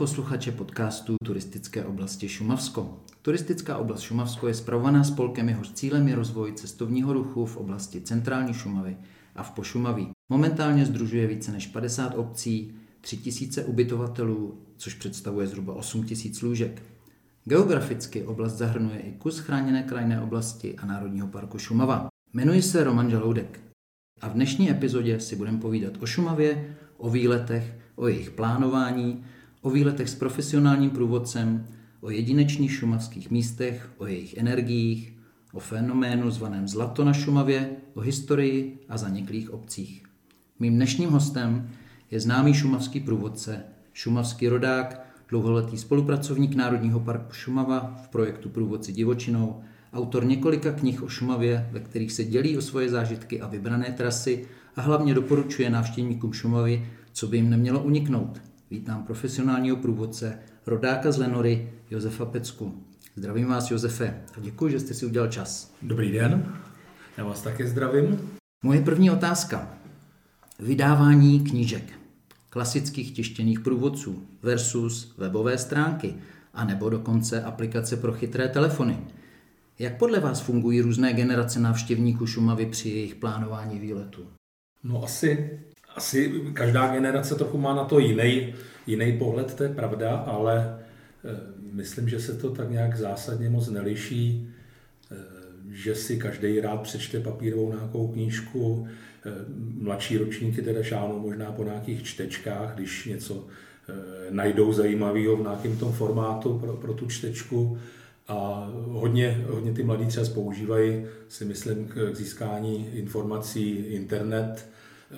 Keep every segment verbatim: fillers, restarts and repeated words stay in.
posluchače podcastu Turistické oblasti Šumavsko. Turistická oblast Šumavsko je spravovaná spolkem, jehož cílem je rozvoj cestovního ruchu v oblasti centrální Šumavy a v Pošumaví. Momentálně sdružuje více než padesát obcí, tři tisíce ubytovatelů, což představuje zhruba osm tisíc lůžek. Geograficky oblast zahrnuje i kus chráněné krajinné oblasti a Národního parku Šumava. Jmenuji se Roman Žaloudek a v dnešní epizodě si budeme povídat o Šumavě, o výletech, o jejich plánování, o výletech s profesionálním průvodcem, o jedinečných šumavských místech, o jejich energiích, o fenoménu zvaném Zlato na Šumavě, o historii a zaniklých obcích. Mým dnešním hostem je známý šumavský průvodce, šumavský rodák, dlouholetý spolupracovník Národního parku Šumava v projektu Průvodci divočinou, autor několika knih o Šumavě, ve kterých se dělí o svoje zážitky a vybrané trasy a hlavně doporučuje návštěvníkům Šumavy, co by jim nemělo uniknout. Vítám profesionálního průvodce, rodáka z Lenory, Josefa Pecku. Zdravím vás, Josefe, a děkuji, že jste si udělal čas. Dobrý den, já vás také zdravím. Moje první otázka. Vydávání knížek, klasických tištěných průvodců versus webové stránky, anebo dokonce aplikace pro chytré telefony. Jak podle vás fungují různé generace návštěvníků Šumavy při jejich plánování výletu? No asi, asi každá generace trochu má na to jiný, jiný pohled, to je pravda, ale e, myslím, že se to tak nějak zásadně moc neliší, e, že si každý rád přečte papírovou nějakou knížku, e, mladší ročníky teda šáhnou možná po nějakých čtečkách, když něco e, najdou zajímavého v nějakém tom formátu pro, pro tu čtečku. A hodně, hodně ty mladí třeba používají, si myslím, k získání informací internet.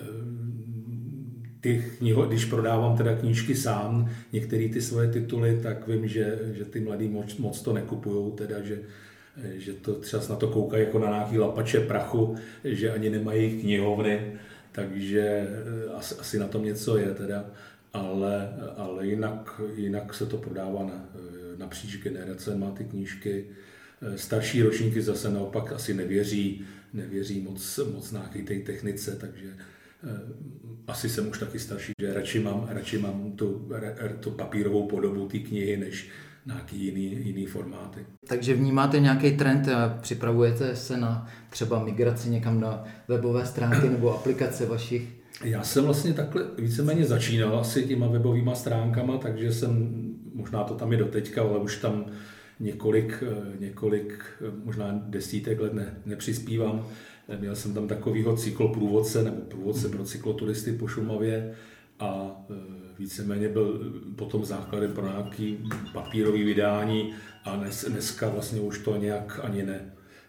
Ty kniho, když prodávám teda knížky sám, některé ty svoje tituly, tak vím, že, že ty mladí moc, moc to nekupujou, teda, že, že to třeba na to koukají jako na nějaký lapače prachu, že ani nemají knihovny, takže asi, asi na tom něco je teda, ale, ale jinak, jinak se to prodává na napříč generacema ty knížky. Starší ročníky zase naopak asi nevěří, nevěří moc, moc nějaké té technice, takže asi jsem už taky starší, že radši mám, radši mám tu, tu papírovou podobu té knihy, než nějaký jiný, jiný formáty. Takže vnímáte nějaký trend a připravujete se na třeba migraci někam na webové stránky nebo aplikace vašich? Já jsem vlastně takhle víceméně začínal asi těma webovýma stránkama, takže jsem, možná to tam je doteďka, ale už tam několik, několik možná desítek let ne, nepřispívám. Měl jsem tam takovýho cykloprůvodce nebo průvodce pro cykloturisty po Šumavě a víceméně byl potom základem pro nějaký papírový vydání a dnes, dneska vlastně už to nějak ani ne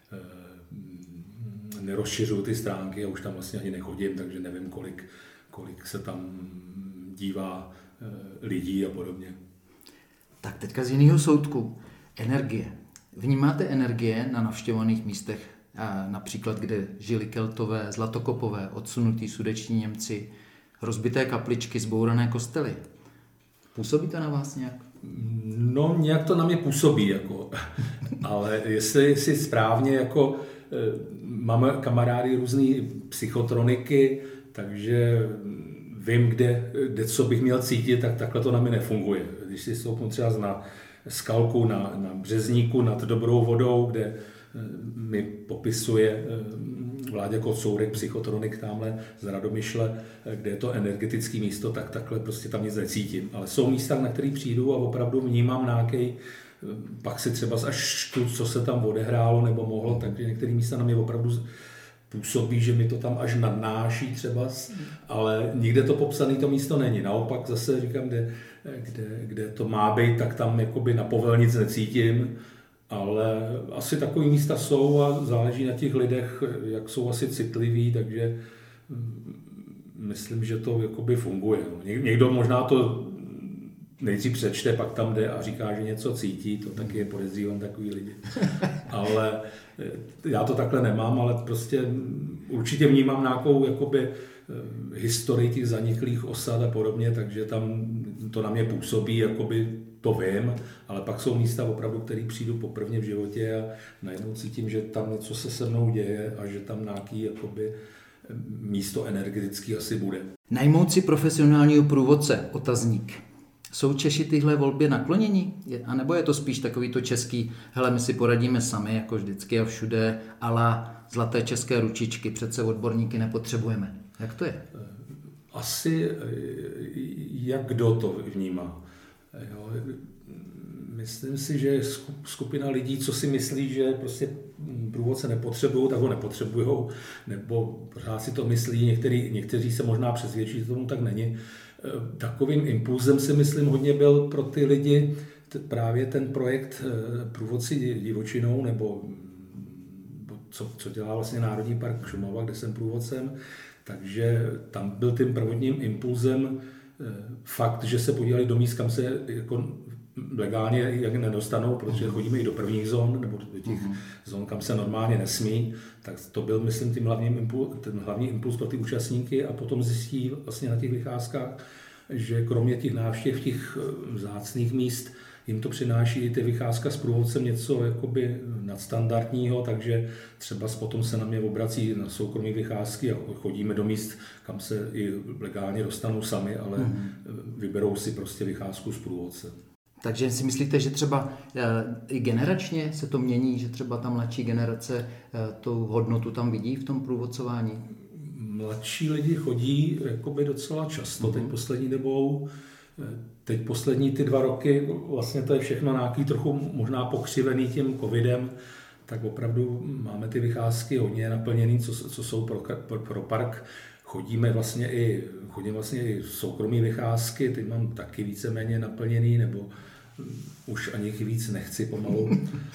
nerozšiřuju ty stránky a už tam vlastně ani nechodím, takže nevím, kolik, kolik se tam dívá lidí a podobně. Tak teďka z jiného soudku. Energie. Vnímáte energie na navštěvovaných místech, a například kde žili Keltové, Zlatokopové, odsunutí sudeční Němci, rozbité kapličky, zbourané kostely? Působí to na vás nějak? No, nějak to na mě působí, jako. Ale jestli si správně, jako máme kamarády různý psychotroniky, takže vím, kde, kde co bych měl cítit, tak takhle to na mě nefunguje. Když si stoupnu třeba na skalku na, na Březníku nad Dobrou vodou, kde mi popisuje Vláďa Kocourek, psychotronik tamhle z Radomyšle, kde je to energetické místo, tak takhle prostě tam nic necítím. Ale jsou místa, na které přijdu a opravdu vnímám nějaký, pak si třeba až tu, co se tam odehrálo nebo mohlo, takže některé místa na mě opravdu působí, že mi to tam až nadnáší třeba, ale nikde to popsané to místo není. Naopak zase říkám, kde, kde, kde to má být, tak tam jakoby na povel nic necítím, ale asi takový místa jsou a záleží na těch lidech, jak jsou asi citliví, takže myslím, že to jakoby funguje. Někdo možná to nejdřív přečte, pak tam jde a říká, že něco cítí, to taky je podezřívám takový lidi. Ale já to takhle nemám, ale prostě určitě vnímám nějakou jakoby historii těch zaniklých osad a podobně, takže tam to na mě působí, jakoby to vím, ale pak jsou místa opravdu, které přijdu poprvé v životě a najednou cítím, že tam něco se se mnou děje a že tam nějaký jakoby místo energetický asi bude. Najmout si profesionálního průvodce, otazník. Jsou Češi tyhle volbě naklonění? A nebo je to spíš takový to český, hele, my si poradíme sami, jako vždycky a všude, ala zlaté české ručičky, přece odborníky nepotřebujeme. Jak to je? Asi jak kdo to vnímá. Jo, myslím si, že skupina lidí, co si myslí, že prostě průvodce nepotřebují, tak ho nepotřebují, nebo pořád si to myslí, některý, někteří se možná přesvědčí, že tomu tak není. Takovým impulzem si myslím hodně byl pro ty lidi právě ten projekt Průvodci divočinou, nebo co, co dělá vlastně Národní park Šumava, kde jsem průvodcem. Takže tam byl tím prvotním impulzem fakt, že se podívali do míst, kam se jako legálně jak nedostanou, protože chodíme i do prvních zón, nebo do těch uh-huh. zón, kam se normálně nesmí, tak to byl, myslím, tím hlavním impuls, ten hlavní impuls pro ty účastníky a potom zjistí vlastně na těch vycházkách, že kromě těch návštěv těch vzácných míst jim to přináší i ty vycházka s průvodcem něco jakoby nadstandardního, takže třeba potom se na mě obrací na soukromé vycházky a chodíme do míst, kam se i legálně dostanou sami, ale mm. vyberou si prostě vycházku s průvodcem. Takže si myslíte, že třeba i generačně se to mění, že třeba ta mladší generace tu hodnotu tam vidí v tom průvodcování? Mladší lidi chodí jakoby docela často mm. teď poslední dobou. Teď poslední ty dva roky, vlastně to je všechno nějaký trochu možná pokřivený tím covidem, tak opravdu máme ty vycházky hodně naplněný, co, co jsou pro, pro, pro park. Chodíme vlastně i, chodím vlastně i soukromí vycházky, teď mám taky víceméně naplněný, nebo už ani víc nechci pomalu.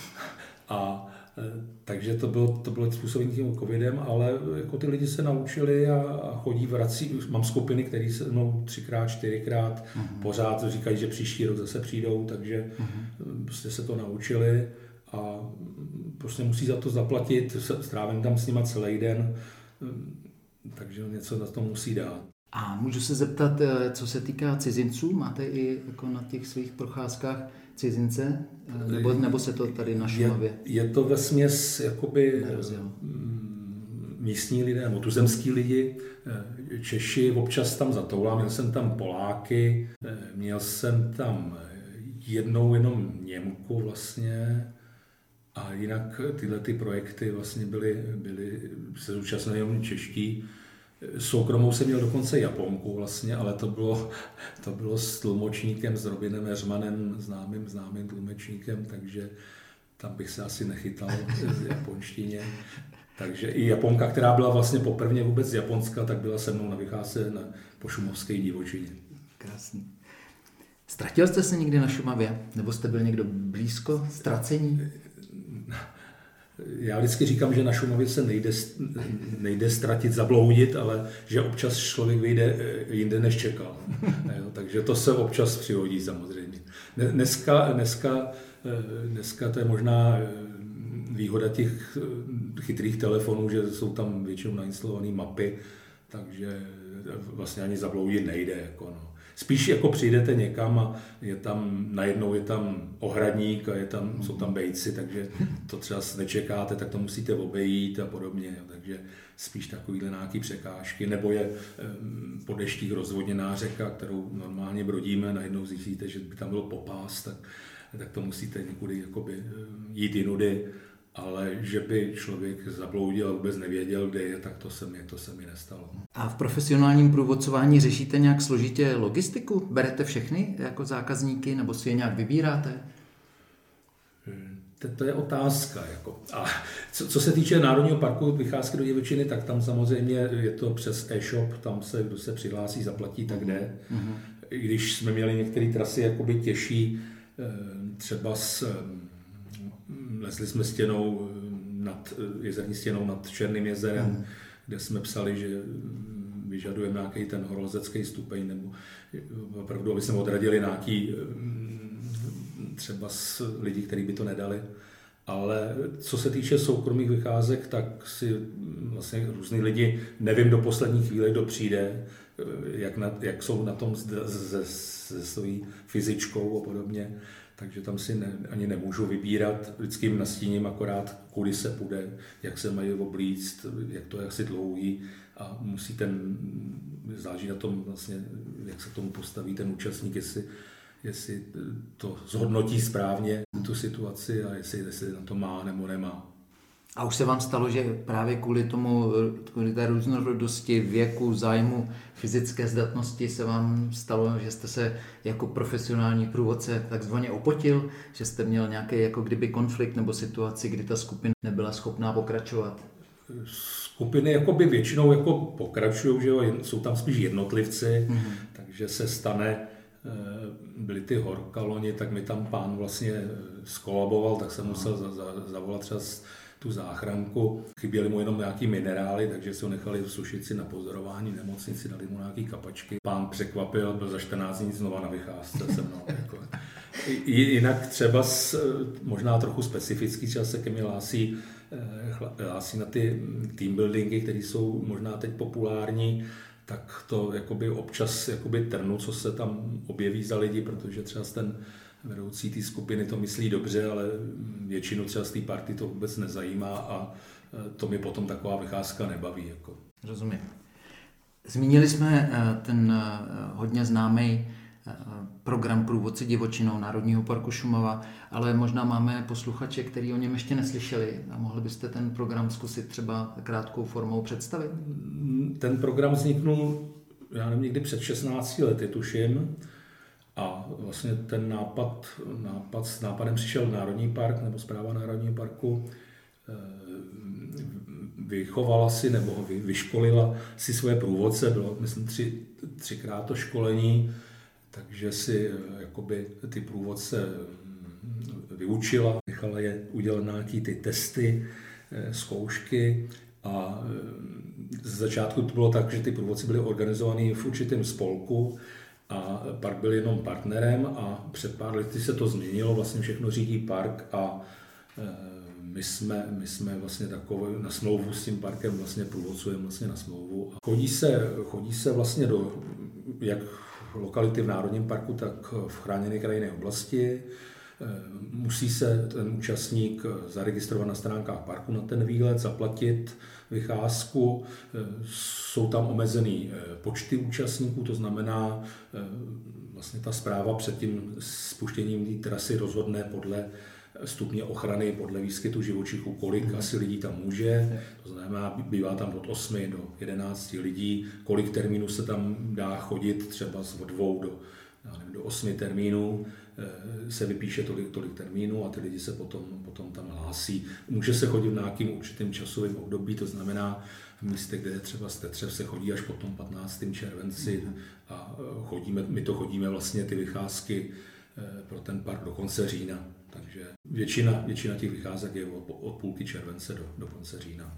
A takže to bylo, to bylo způsobené tím covidem, ale jako ty lidi se naučili a, a chodí, vrací. Mám skupiny, které se mnou třikrát, čtyřikrát uh-huh. pořád říkají, že příští rok zase přijdou, takže uh-huh. prostě se to naučili a prostě musí za to zaplatit, strávím tam s nima celý den, takže něco za to musí dát. A můžu se zeptat, co se týká cizinců, máte i jako na těch svých procházkách cizince, nebo, nebo se to tady na Šumavě? Je, je to vesměs jakoby místní lidé, nebo tuzemský lidi, Češi, občas tam zatoulám, měl jsem tam Poláky, měl jsem tam jednou jenom Němku vlastně, a jinak tyhle ty projekty vlastně byly, byly se zúčastnili jenom čeští. Soukromou jsem měl dokonce Japonku vlastně, ale to bylo, to bylo s tlumočníkem, s Robinem Heřmanem, známým, známým tlumočníkem, takže tam bych se asi nechytal v japonštině. Takže i Japonka, která byla vlastně poprvé vůbec z Japonska, tak byla se mnou na vycházce na, po šumavské divočině. Krásný. Ztratil jste se někdy na Šumavě? Nebo jste byl někdo blízko ztracení? Já vždycky říkám, že na Šumavě se nejde, nejde ztratit, zabloudit, ale že občas člověk vyjde jinde, než čekal. Takže to se občas přihodí samozřejmě. Dneska, dneska, dneska to je možná výhoda těch chytrých telefonů, že jsou tam většinou nainstalované mapy, takže vlastně ani zabloudit nejde. Jako no. Spíš jako přijdete někam a je tam, najednou je tam ohradník a je tam, jsou tam bejci, takže to třeba nečekáte, tak to musíte obejít a podobně. Takže spíš takovýhle nějaký překážky. Nebo je po deštích rozvodněná řeka, kterou normálně brodíme, najednou zjistíte, že by tam byl popás, tak, tak to musíte někudy jakoby jít jinudy. Ale že by člověk zabloudil a vůbec nevěděl, kde je, tak to se mi, to se mi nestalo. A v profesionálním průvodcování řešíte nějak složitě logistiku? Berete všechny jako zákazníky nebo si je nějak vybíráte? To, to je otázka. Jako. A co, co se týče Národního parku vycházky do divočiny, tak tam samozřejmě je to přes e-shop, tam se, kdo se přihlásí, zaplatí, tak jde. Mm-hmm. I když jsme měli některé trasy jakoby těžší, třeba s Lezli jsme stěnou nad, jezerní stěnou nad Černým jezerem, mm. kde jsme psali, že vyžadujeme nějaký ten horolezecký stupeň, nebo opravdu, aby jsme odradili nějaký třeba s lidí, kteří by to nedali. Ale co se týče soukromých vycházek, tak si vlastně různý lidi, nevím do poslední chvíle, kdo přijde, jak, na, jak jsou na tom se svojí fyzičkou a podobně. Takže tam si ne, ani nemůžu vybírat, vždycky jim nastíním akorát, kudy se půjde, jak se mají oblíct, jak to je asi dlouhý a musí ten, záleží na tom vlastně, jak se k tomu postaví ten účastník, jestli jestli to zhodnotí správně tu situaci a jestli, jestli na to má nebo nemá. A už se vám stalo, že právě kvůli tomu, kvůli té různorodosti věku, zájmu, fyzické zdatnosti se vám stalo, že jste se jako profesionální průvodce takzvaně opotil, že jste měl nějaký jako kdyby konflikt nebo situaci, kdy ta skupina nebyla schopná pokračovat? Skupiny jakoby většinou jako pokračují, že jo, jsou tam spíš jednotlivci, mm-hmm. takže se stane, byly ty horkaloni, tak mi tam pán vlastně skolaboval, tak jsem musel za, za, zavolat třeba tu záchranku. Chyběly mu jenom nějaký minerály, takže se ho nechali v Sušici na pozorování v nemocnici, dali mu nějaký kapačky. Pán překvapil, byl za čtrnáct dní znova na vycházce se mnou. Jako. Jinak třeba s, možná trochu specifický, třeba se ke mně hlásí, hlásí na ty team buildingy, které jsou možná teď populární, tak to jakoby občas jakoby trnu, co se tam objeví za lidi, protože třeba ten vedoucí té skupiny to myslí dobře, ale většinu třeba z té party to vůbec nezajímá a to mi potom taková vycházka nebaví. Jako. Rozumím. Zmínili jsme ten hodně známý program Průvodci divočinou Národního parku Šumava, ale možná máme posluchače, kteří o něm ještě neslyšeli a mohli byste ten program zkusit třeba krátkou formou představit? Ten program vzniknul, já nevím, někdy před šestnácti lety, tuším, a vlastně ten nápad, nápad s nápadem přišel Národní park nebo Správa Národního parku, vychovala si nebo vyškolila si svoje průvodce, bylo myslím tři, třikrát to školení, takže si jakoby ty průvodce vyučila, nechala je udělat nějaké ty testy, zkoušky a z začátku to bylo tak, že ty průvodci byly organizovaný v určitém spolku a park byl jenom partnerem a před pár lety se to změnilo, vlastně všechno řídí park a my jsme, my jsme vlastně takové na smlouvu s tím parkem vlastně průvodcujeme vlastně na smlouvu. A chodí se, chodí se vlastně do jak lokality v Národním parku, tak v chráněné krajinné oblasti. Musí se ten účastník zaregistrovat na stránkách parku na ten výlet, zaplatit vycházku. Jsou tam omezený počty účastníků, to znamená, vlastně ta správa před tím spuštěním té trasy rozhodne podle stupně ochrany, podle výskytu živočichů, kolik mm. asi lidí tam může. To znamená, bývá tam od osmi do jedenácti lidí, kolik termínů se tam dá chodit, třeba od dvou do, já nevím, do osmi termínů se vypíše tolik, tolik termínů a ty lidi se potom, potom tam hlásí. Může se chodit v nějakým určitým časovým období, to znamená v místě, kde je třeba z Tetřev, se chodí až po tom patnáctého červenci a chodíme, my to chodíme vlastně ty vycházky pro ten park do konce října. Takže většina, většina těch vycházek je od, od půlky července do, do konce října.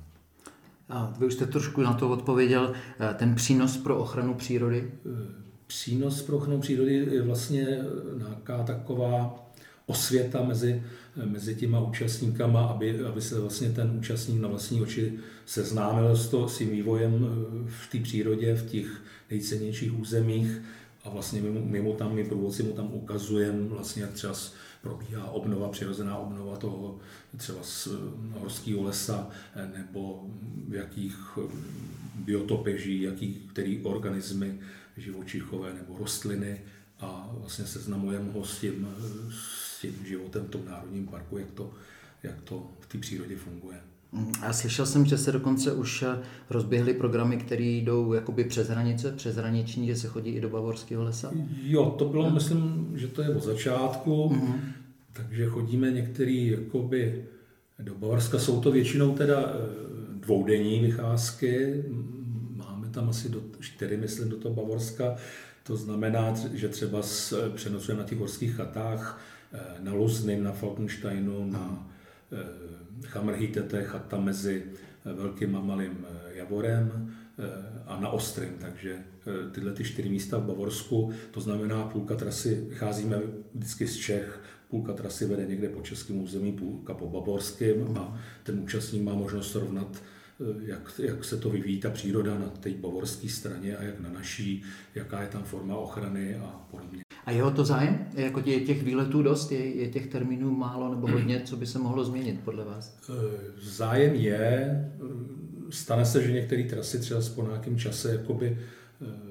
A vy už jste trošku na to odpověděl. Ten přínos pro ochranu přírody? Přínos pro ochranu přírody je vlastně nějaká taková osvěta mezi, mezi těma účastníkama, aby, aby se vlastně ten účastník na vlastní oči seznámil s, to, s tím vývojem v té přírodě, v těch nejcennějších územích a vlastně my, my mu tam, my průvodci mu tam ukazujeme vlastně, jak třeba probíhá obnova, přirozená obnova toho třeba z horského lesa, nebo v jakých biotopech žijí, jaký, který organismy živočichové nebo rostliny a vlastně seznamujeme ho s tím, s tím životem v tom národním parku, jak to, jak to v té přírodě funguje. A slyšel jsem, že se dokonce už rozběhly programy, které jdou jakoby přes hranice, přes hraniční, že se chodí i do Bavorského lesa? Jo, to bylo, myslím, že to je od začátku, mm-hmm. takže chodíme některý jakoby do Bavorska, jsou to většinou teda dvoudenní vycházky, máme tam asi do čtyři, myslím, do toho Bavorska, to znamená, že třeba přenocujeme na těch horských chatách, na Luzným, na Falkensteinu, na Chamrhítete, chata mezi Velkým a Malým Javorem a na Ostrým, takže tyhle ty čtyři místa v Bavorsku, to znamená půlka trasy, vycházíme vždycky z Čech, půlka trasy vede někde po českém území, půlka po bavorském a ten účastník má možnost srovnat, jak, jak se to vyvíjí ta příroda na té bavorské straně a jak na naší, jaká je tam forma ochrany a podobně. A jeho to zájem? Jako je těch výletů dost? Je, je těch termínů málo nebo hodně? Co by se mohlo změnit podle vás? Zájem je. Stane se, že některé trasy třeba po nějakém čase jakoby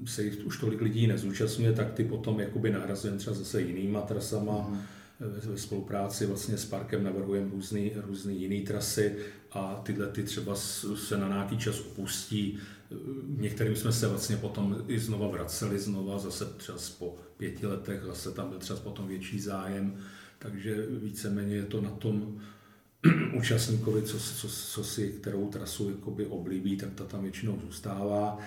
se jich už tolik lidí nezúčastňuje, tak ty potom jakoby nahrazujeme třeba zase jinýma trasama. Mm. Ve spolupráci vlastně s parkem navrhujeme různý, různý jiný trasy a tyhle ty třeba se na nějaký čas opustí. Některým jsme se vlastně potom i znova vraceli, znova zase třeba po pěti letech, zase tam byl třeba potom větší zájem, takže víceméně je to na tom účastníkovi, co, co, co si kterou trasu jakoby oblíbí, tak ta tam většinou zůstává.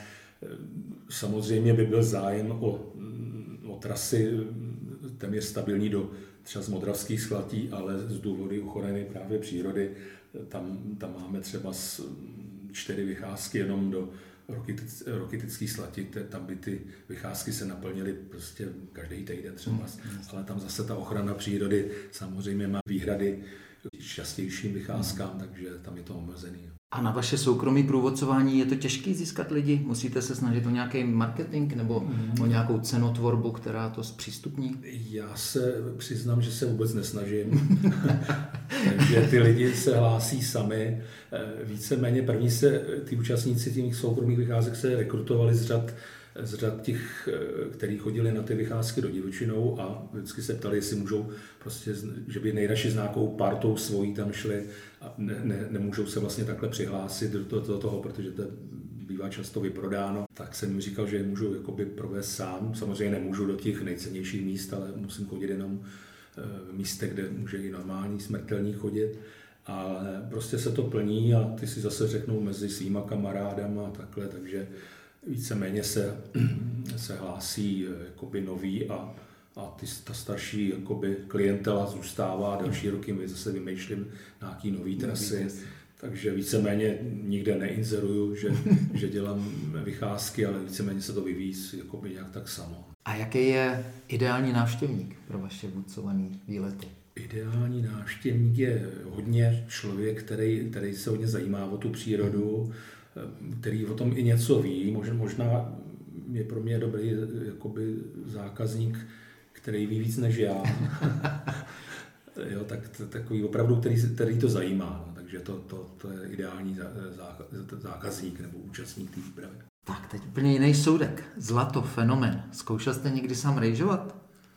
Samozřejmě by byl zájem o, o trasy téměř stabilní do třeba z Modravských Sklatí, ale z důvody ochrany právě přírody, tam, tam máme třeba z čtyři vycházky jenom do Rokytických Slatí, tam by ty vycházky se naplnily prostě každý týden třeba, mm. ale tam zase ta ochrana přírody samozřejmě má výhrady k častějším vycházkám, mm. takže tam je to omezený. A na vaše soukromé průvodcování je to těžké získat lidi? Musíte se snažit o nějaký marketing nebo mm. o nějakou cenotvorbu, která to zpřístupní? Já se přiznám, že se vůbec nesnažím. Takže ty lidi se hlásí sami. Víceméně první se, ty účastníci těch soukromých vycházek se rekrutovali z řad, z řad těch, kteří chodili na ty vycházky do divočinou a vždycky se ptali, jestli můžou prostě, že by nejradši s nějakou partou svojí tam šli a ne, ne, nemůžou se vlastně takhle přihlásit do, do, do toho, protože to bývá často vyprodáno. Tak jsem mi říkal, že je můžu jakoby provést sám. Samozřejmě nemůžu do těch nejcennějších míst, ale musím chodit jenom v místech, kde může i normální smrtelník chodit. Ale prostě se to plní a ty si zase řeknou mezi svýma kamarádama a takhle, takže víceméně se, se hlásí jakoby noví a, a ty, ta starší jakoby klientela zůstává další roky, my zase vymýšlím nějaký nový trasy, takže víceméně nikde neinzeruju, že, že dělám vycházky, ale víceméně se to vyvíjí jakoby nějak tak samo. A jaký je ideální návštěvník pro vaše vůdcované výlety? Ideální návštěvník je hodně člověk, který, který se hodně zajímá o tu přírodu, který o tom i něco ví. Možná je pro mě dobrý jakoby zákazník, který ví víc než já. Jo, tak takový opravdu, který, který to zajímá. No, takže to, to, to je ideální zákazník nebo účastník té výpravy. Tak teď úplně jiný soudek. Zlato, fenomén. Zkoušel jste někdy sám rejžovat?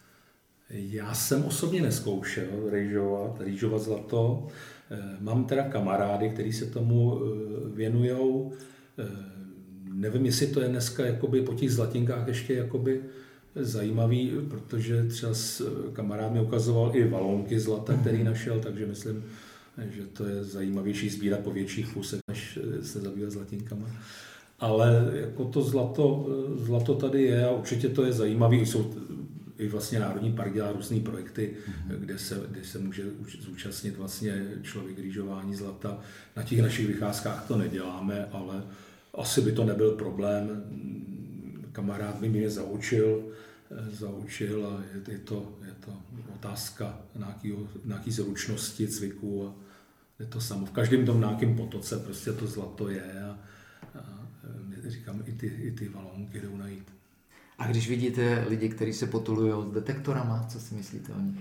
Já jsem osobně neskoušel rejžovat, rejžovat zlato. Mám teda kamarády, kteří se tomu věnujou. Nevím, jestli to je dneska jakoby po těch zlatinkách ještě jakoby zajímavý, protože třeba kamarád mi ukazoval i valonky zlata, který našel, takže myslím, že to je zajímavější sbírat po větších kusech, než se zabývat zlatinkama. Ale jako to zlato, zlato tady je a určitě to je zajímavý. Jsou i vlastně Národní park dělá různý projekty, mm-hmm. kde, se, kde se může zúčastnit vlastně člověk rýžování zlata. Na těch našich vycházkách to neděláme, ale asi by to nebyl problém. Kamarád by mě zaučil, zaučil a je, je, to, je to otázka nějakého, nějaký zručnosti, cviku a je to samo. V každém tom nějakém potoce prostě to zlato je a, a říkám, i ty, i ty valonky jdou najít. A když vidíte lidi, kteří se potulují s detektorama, co si myslíte o nich?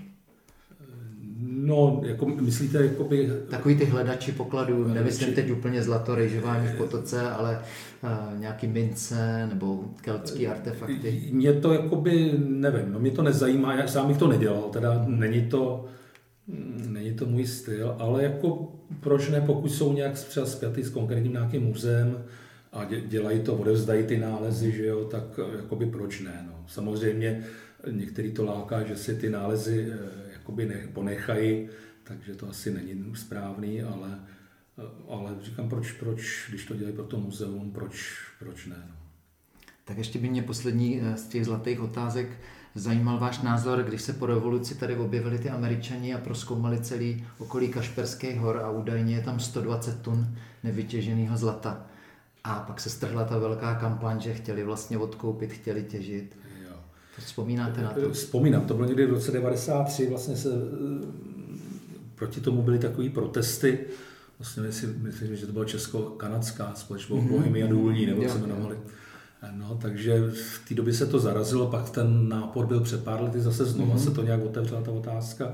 No, jako myslíte, jakoby... Takový ty hledači pokladů, nemyslím teď úplně zlato, rejžování v potoce, ale uh, nějaký mince nebo keltský artefakty. Mě to jakoby, nevím, no mě to nezajímá, já sám bych to nedělal, teda hmm. není to, není to můj styl, ale jako proč ne, pokud jsou nějak třeba spjatý s konkrétním nějakým muzeem, a dělají to, odevzdají ty nálezy, že jo, tak jakoby proč ne, no. Samozřejmě některý to láká, že si ty nálezy jakoby ne, ponechají, takže to asi není správný, ale, ale říkám, proč, proč, když to dělají pro to muzeum, proč, proč ne, no. Tak ještě by mě poslední z těch zlatých otázek zajímal váš názor, když se po revoluci tady objevili ty Američani a prozkoumali celý okolí Kašperských hor a údajně je tam sto dvacet tun nevytěženého zlata. A pak se strhla ta velká kampaň, že chtěli vlastně odkoupit, chtěli těžit. Jo. To vzpomínáte na to? Vzpomínám, to bylo někdy v roce devadesát tři, vlastně se proti tomu byly takové protesty. Vlastně myslím, že to byla česko-kanadská společnost, mm-hmm. Bohemia důlní, nebo jak se jmenovali. No, takže v té době se to zarazilo, pak ten nápor byl před pár lety zase znova, mm-hmm. se to nějak otevřela ta otázka.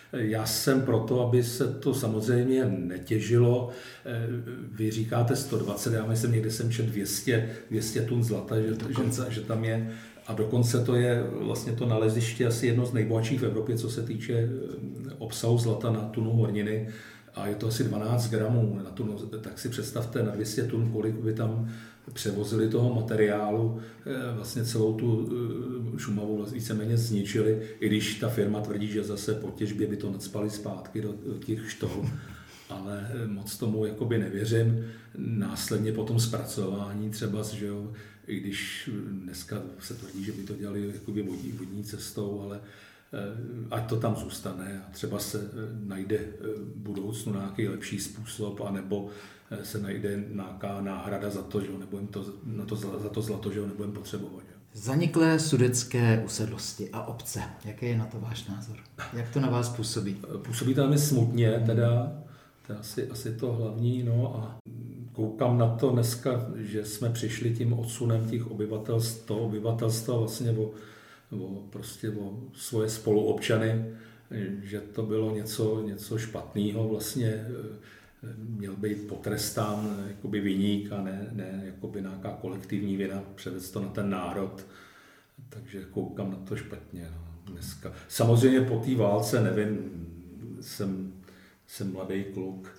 Já jsem proto, aby se to samozřejmě netěžilo. Vy říkáte sto dvacet, já myslím, někde jsem četl dvě stě, dvě stě tun zlata, že, že, že tam je. A dokonce to je vlastně to naleziště asi jedno z nejbohatších v Evropě, co se týče obsahu zlata na tunu horniny. A je to asi dvanáct gramů na tunu. Tak si představte na dvě stě tun, kolik by tam převozili toho materiálu, vlastně celou tu Šumavu víceméně zničili, i když ta firma tvrdí, že zase po těžbě by to nacpali zpátky do, do těch štol. Ale moc tomu jakoby nevěřím. Následně po tom zpracování třeba, že jo, i když dneska se tvrdí, že by to dělali jakoby vodní, vodní cestou, ale ať to tam zůstane a třeba se najde v budoucnu nějaký lepší způsob, anebo se najde nějaká náhrada za to, že ho nebudeme to, na to, za to zlato, že ho nebudeme potřebovat. Že? Zaniklé sudetské usedlosti a obce. Jaký je na to váš názor? Jak to na vás působí? Působí to na mě smutně, teda, to je asi, asi to hlavní, no a koukám na to dneska, že jsme přišli tím odsunem těch obyvatelstv, toho obyvatelstva vlastně o, o, prostě o svoje spoluobčany, že to bylo něco, něco špatného, vlastně měl být potrestán jakoby viník a ne, ne jakoby nějaká kolektivní vina, převést to na ten národ, takže koukám na to špatně no, dneska. Samozřejmě po té válce, nevím, jsem, jsem mladý kluk,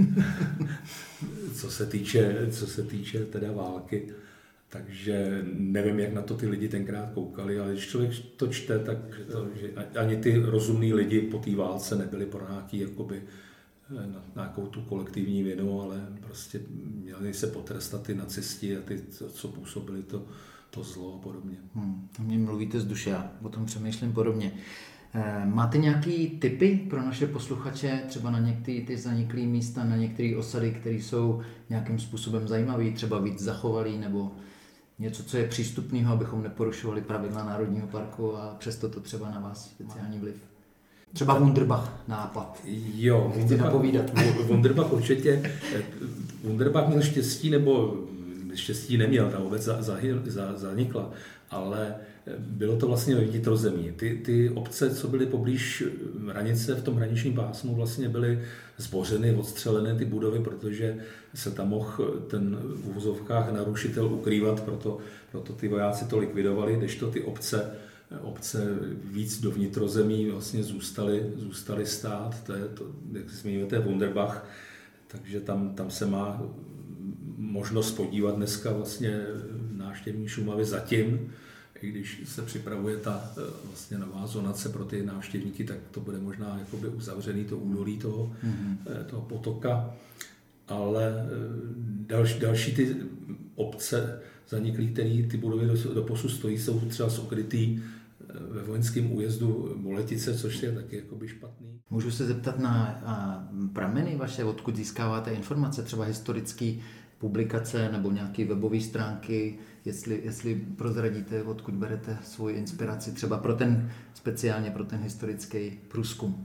co se týče, co se týče teda války, takže nevím, jak na to ty lidi tenkrát koukali, ale když člověk to čte, tak to, že ani ty rozumní lidi po té válce nebyli pro nějaký jakoby na nějakou tu kolektivní vinu, ale prostě měli se potrestat ty nacisti a ty, co působili to, to zlo a podobně. Hmm, to mě mluvíte z duše, já o tom přemýšlím podobně. E, máte nějaký tipy pro naše posluchače, třeba na některé ty zaniklé místa, na některé osady, které jsou nějakým způsobem zajímavé, třeba víc zachovalý, nebo něco, co je přístupného, abychom neporušovali pravidla Národního parku a přesto to třeba na vás speciální vliv? Třeba Wunderbach nápad. Jo, chci napovídat. Wunderbach určitě. Wunderbach měl štěstí, nebo štěstí neměl, ta obec za, za, za, zanikla, ale bylo to vlastně ve vnitrozemí. Ty, ty obce, co byly poblíž hranice v tom hraničním pásmu, vlastně byly zbořeny, odstřelené ty budovy, protože se tam mohl ten v uvozovkách narušitel ukrývat, proto, proto ty vojáci to likvidovali, kdežto ty obce obce víc do vnitrozemí vlastně zůstaly, zůstaly stát, to je to, jak se zmiňujete, Wunderbach, takže tam, tam se má možnost podívat dneska vlastně návštěvní Šumavy zatím, i když se připravuje ta vlastně nová zonace pro ty návštěvníky, tak to bude možná jakoby uzavřený to údolí toho, mm-hmm. toho potoka, ale další, další ty obce zaniklý, který ty budovy do, do posud stojí, jsou třeba ukrytý ve vojenském újezdu Boletice, což je taky jakoby špatný. Můžu se zeptat na a, prameny vaše, odkud získáváte informace, třeba historické publikace nebo nějaké webové stránky, jestli, jestli prozradíte, odkud berete svoji inspiraci, třeba pro ten, speciálně pro ten historický průzkum.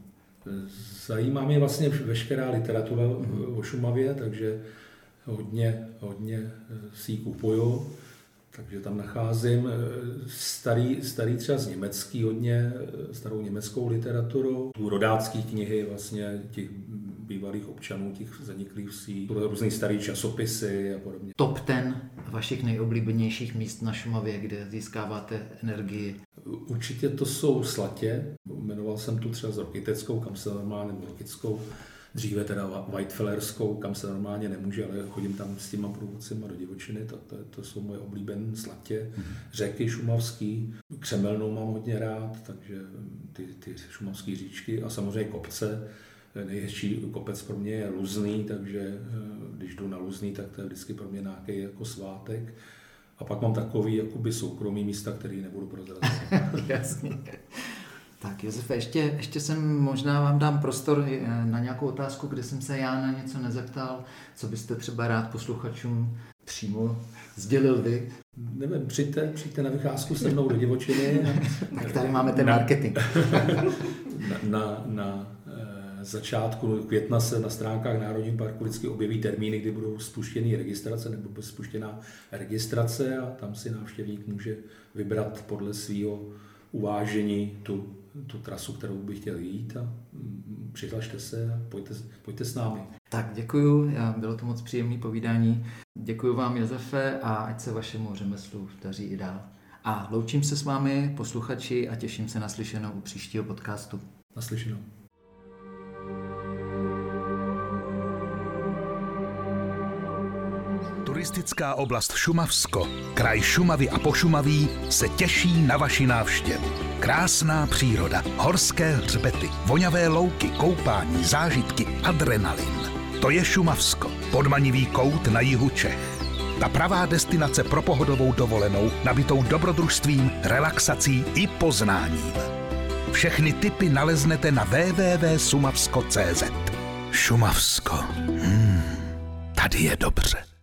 Zajímá mě vlastně veškerá literatura mm-hmm. o Šumavě, takže hodně, hodně si ji kupuju. Takže tam nacházím starý, starý třeba z německý hodně, starou německou literaturu, rodácké knihy vlastně těch bývalých občanů, těch zaniklých vsí, různý starý časopisy a podobně. Top ten vašich nejoblíbenějších míst na Šumavě, kde získáváte energii? Určitě to jsou Slatě, jmenoval jsem tu třeba Rokyteckou, kam se normálně, nebo Rokytskou, dříve teda Whitefellerskou, kam se normálně nemůže, ale chodím tam s těma průvodcima do divočiny, to, to, to jsou moje oblíbené Slatě, řeky šumavský, Křemelnou mám hodně rád, takže ty, ty šumavské říčky a samozřejmě kopce. Nejhezčí kopec pro mě je Luzný, takže když jdu na Luzný, tak to je vždycky pro mě nějaký jako svátek. A pak mám takový jakoby soukromý místa, který nebudu prozrazovat. Jasně. Tak Josefe, ještě, ještě jsem možná vám dám prostor na nějakou otázku, kde jsem se já na něco nezeptal, co byste třeba rád posluchačům přímo sdělil vy. Nevím, přijďte, přijďte na vycházku se mnou do divočiny. Tak tady máme ten marketing. na, na, na začátku května se na stránkách Národního parku vždycky objeví termíny, kdy budou spuštěné registrace nebo bude spuštěná registrace a tam si návštěvník může vybrat podle svého uvážení tu tu trasu, kterou bych chtěl jít a přihlašte se a pojďte, pojďte s námi. Tak děkuju, já, bylo to moc příjemné povídání. Děkuju vám, Josefe, a ať se vašemu řemeslu daří i dál. A loučím se s vámi, posluchači, a těším se na slyšenou u příštího podcastu. Naslyšenou. Turistická oblast Šumavsko, kraj Šumavy a Pošumaví se těší na vaši návštěvu. Krásná příroda, horské hřbety, voňavé louky, koupání, zážitky, adrenalin. To je Šumavsko, podmanivý kout na jihu Čech. Ta pravá destinace pro pohodovou dovolenou, nabitou dobrodružstvím, relaxací i poznáním. Všechny tipy naleznete na w w w tečka šumavsko tečka cé zet. Šumavsko. Hmm, tady je dobře.